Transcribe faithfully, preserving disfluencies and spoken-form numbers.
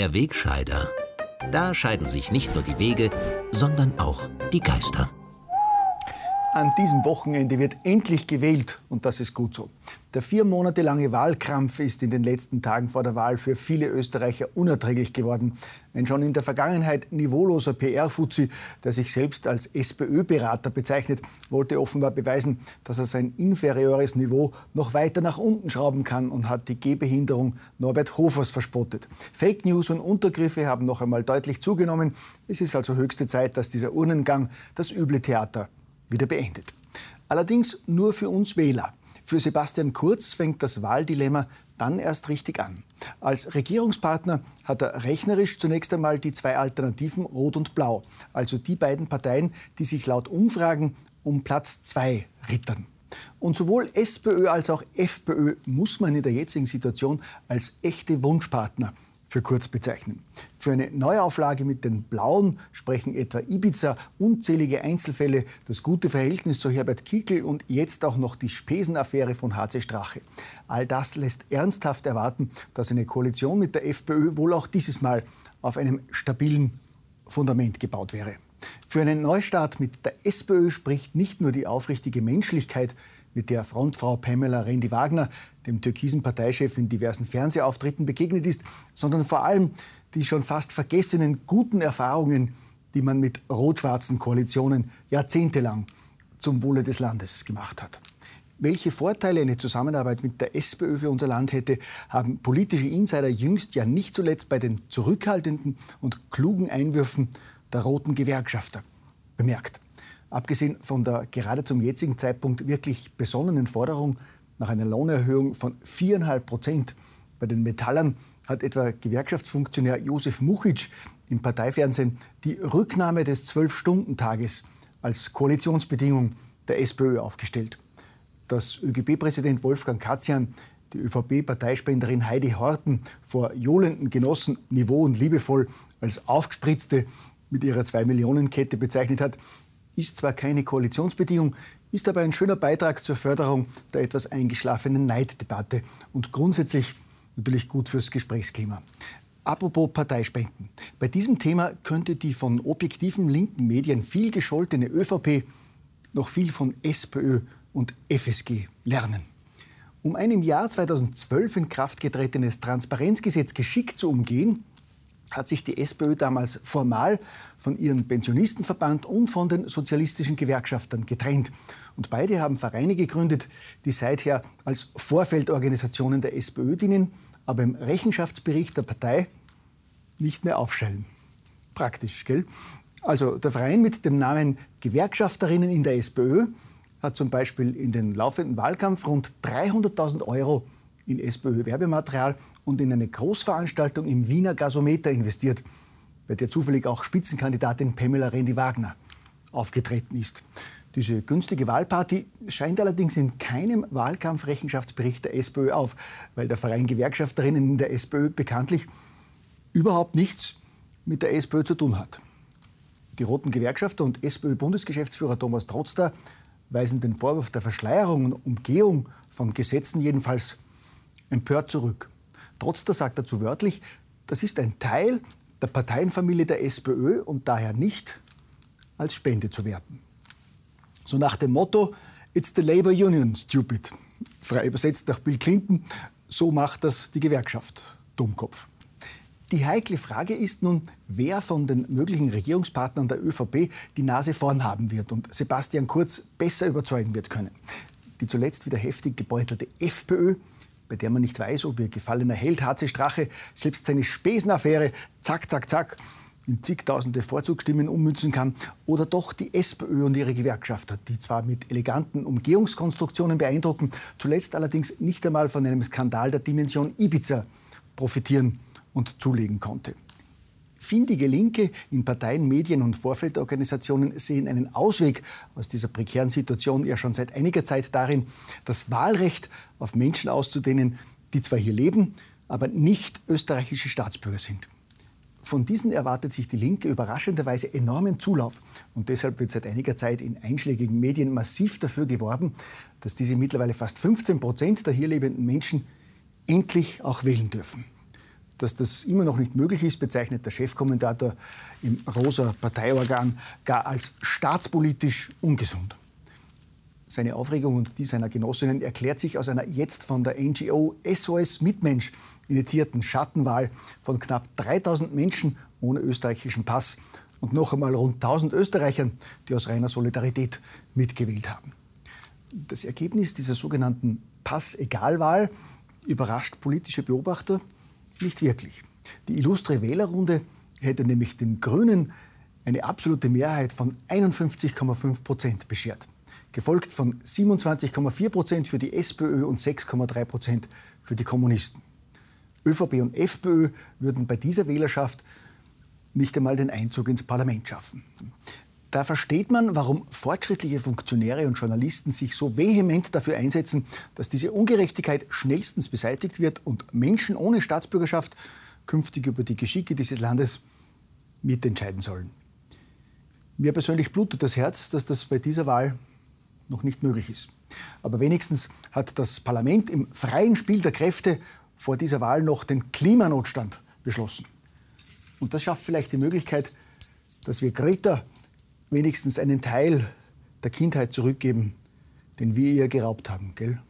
Der Wegscheider. Da scheiden sich nicht nur die Wege, sondern auch die Geister. An diesem Wochenende wird endlich gewählt und das ist gut so. Der vier Monate lange Wahlkrampf ist in den letzten Tagen vor der Wahl für viele Österreicher unerträglich geworden. Ein schon in der Vergangenheit niveauloser P R-Fuzzi, der sich selbst als SPÖ-Berater bezeichnet, wollte offenbar beweisen, dass er sein inferiores Niveau noch weiter nach unten schrauben kann und hat die Gehbehinderung Norbert Hofers verspottet. Fake News und Untergriffe haben noch einmal deutlich zugenommen. Es ist also höchste Zeit, dass dieser Urnengang das üble Theater wieder beendet. Allerdings nur für uns Wähler. Für Sebastian Kurz fängt das Wahldilemma dann erst richtig an. Als Regierungspartner hat er rechnerisch zunächst einmal die zwei Alternativen Rot und Blau, also die beiden Parteien, die sich laut Umfragen um Platz zwei rittern. Und sowohl SPÖ als auch FPÖ muss man in der jetzigen Situation als echte Wunschpartner für Kurz bezeichnen. Für eine Neuauflage mit den Blauen sprechen etwa Ibiza, unzählige Einzelfälle, das gute Verhältnis zu Herbert Kickl und jetzt auch noch die Spesenaffäre von H C Strache. All das lässt ernsthaft erwarten, dass eine Koalition mit der FPÖ wohl auch dieses Mal auf einem stabilen Fundament gebaut wäre. Für einen Neustart mit der SPÖ spricht nicht nur die aufrichtige Menschlichkeit, mit der Frontfrau Pamela Rendi-Wagner dem türkisen Parteichef in diversen Fernsehauftritten begegnet ist, sondern vor allem die schon fast vergessenen guten Erfahrungen, die man mit rot-schwarzen Koalitionen jahrzehntelang zum Wohle des Landes gemacht hat. Welche Vorteile eine Zusammenarbeit mit der SPÖ für unser Land hätte, haben politische Insider jüngst ja nicht zuletzt bei den zurückhaltenden und klugen Einwürfen der roten Gewerkschafter bemerkt. Abgesehen von der gerade zum jetzigen Zeitpunkt wirklich besonnenen Forderung nach einer Lohnerhöhung von viereinhalb Prozent bei den Metallern hat etwa Gewerkschaftsfunktionär Josef Muchitsch im Parteifernsehen die Rücknahme des Zwölf-Stunden-Tages als Koalitionsbedingung der SPÖ aufgestellt. Dass ÖGB-Präsident Wolfgang Katzian die ÖVP-Parteispenderin Heidi Horten vor johlenden Genossen niveau- und liebevoll als aufgespritzte mit ihrer Zwei-Millionen-Kette bezeichnet hat, ist zwar keine Koalitionsbedingung, ist aber ein schöner Beitrag zur Förderung der etwas eingeschlafenen Neiddebatte und grundsätzlich natürlich gut fürs Gesprächsklima. Apropos Parteispenden. Bei diesem Thema könnte die von objektiven linken Medien viel gescholtene ÖVP noch viel von SPÖ und F S G lernen. Um ein im Jahr zweitausendzwölf in Kraft getretenes Transparenzgesetz geschickt zu umgehen, hat sich die SPÖ damals formal von ihrem Pensionistenverband und von den sozialistischen Gewerkschaftern getrennt. Und beide haben Vereine gegründet, die seither als Vorfeldorganisationen der SPÖ dienen, aber im Rechenschaftsbericht der Partei nicht mehr aufschallen. Praktisch, gell? Also der Verein mit dem Namen Gewerkschafterinnen in der SPÖ hat zum Beispiel in den laufenden Wahlkampf rund dreihunderttausend Euro in SPÖ-Werbematerial und in eine Großveranstaltung im Wiener Gasometer investiert, bei der zufällig auch Spitzenkandidatin Pamela Rendi-Wagner aufgetreten ist. Diese günstige Wahlparty scheint allerdings in keinem Wahlkampfrechenschaftsbericht der SPÖ auf, weil der Verein Gewerkschafterinnen in der SPÖ bekanntlich überhaupt nichts mit der SPÖ zu tun hat. Die roten Gewerkschafter und SPÖ-Bundesgeschäftsführer Thomas Trotzter weisen den Vorwurf der Verschleierung und Umgehung von Gesetzen jedenfalls empört zurück. Trotzter sagt dazu wörtlich, das ist ein Teil der Parteienfamilie der SPÖ und daher nicht als Spende zu werten. So nach dem Motto, it's the Labour Union, stupid. Frei übersetzt nach Bill Clinton, so macht das die Gewerkschaft, Dummkopf. Die heikle Frage ist nun, wer von den möglichen Regierungspartnern der ÖVP die Nase vorn haben wird und Sebastian Kurz besser überzeugen wird können. Die zuletzt wieder heftig gebeutelte FPÖ, bei der man nicht weiß, ob ihr gefallener Held H C Strache selbst seine Spesenaffäre zack, zack, zack in zigtausende Vorzugsstimmen ummünzen kann, oder doch die SPÖ und ihre Gewerkschafter, die zwar mit eleganten Umgehungskonstruktionen beeindrucken, zuletzt allerdings nicht einmal von einem Skandal der Dimension Ibiza profitieren und zulegen konnte. Findige Linke in Parteien, Medien und Vorfeldorganisationen sehen einen Ausweg aus dieser prekären Situation ja schon seit einiger Zeit darin, das Wahlrecht auf Menschen auszudehnen, die zwar hier leben, aber nicht österreichische Staatsbürger sind. Von diesen erwartet sich die Linke überraschenderweise enormen Zulauf. Und deshalb wird seit einiger Zeit in einschlägigen Medien massiv dafür geworben, dass diese mittlerweile fast fünfzehn Prozent der hier lebenden Menschen endlich auch wählen dürfen. Dass das immer noch nicht möglich ist, bezeichnet der Chefkommentator im rosa Parteiorgan gar als staatspolitisch ungesund. Seine Aufregung und die seiner Genossinnen erklärt sich aus einer jetzt von der N G O S O S Mitmensch initiierten Schattenwahl von knapp dreitausend Menschen ohne österreichischen Pass und noch einmal rund tausend Österreichern, die aus reiner Solidarität mitgewählt haben. Das Ergebnis dieser sogenannten Pass-Egal-Wahl überrascht politische Beobachter nicht wirklich. Die illustre Wählerrunde hätte nämlich den Grünen eine absolute Mehrheit von einundfünfzig Komma fünf Prozent beschert, gefolgt von siebenundzwanzig Komma vier Prozent für die SPÖ und sechs Komma drei Prozent für die Kommunisten. ÖVP und FPÖ würden bei dieser Wählerschaft nicht einmal den Einzug ins Parlament schaffen. Da versteht man, warum fortschrittliche Funktionäre und Journalisten sich so vehement dafür einsetzen, dass diese Ungerechtigkeit schnellstens beseitigt wird und Menschen ohne Staatsbürgerschaft künftig über die Geschicke dieses Landes mitentscheiden sollen. Mir persönlich blutet das Herz, dass das bei dieser Wahl noch nicht möglich ist. Aber wenigstens hat das Parlament im freien Spiel der Kräfte vor dieser Wahl noch den Klimanotstand beschlossen. Und das schafft vielleicht die Möglichkeit, dass wir Greta wenigstens einen Teil der Kindheit zurückgeben, den wir ihr geraubt haben, gell?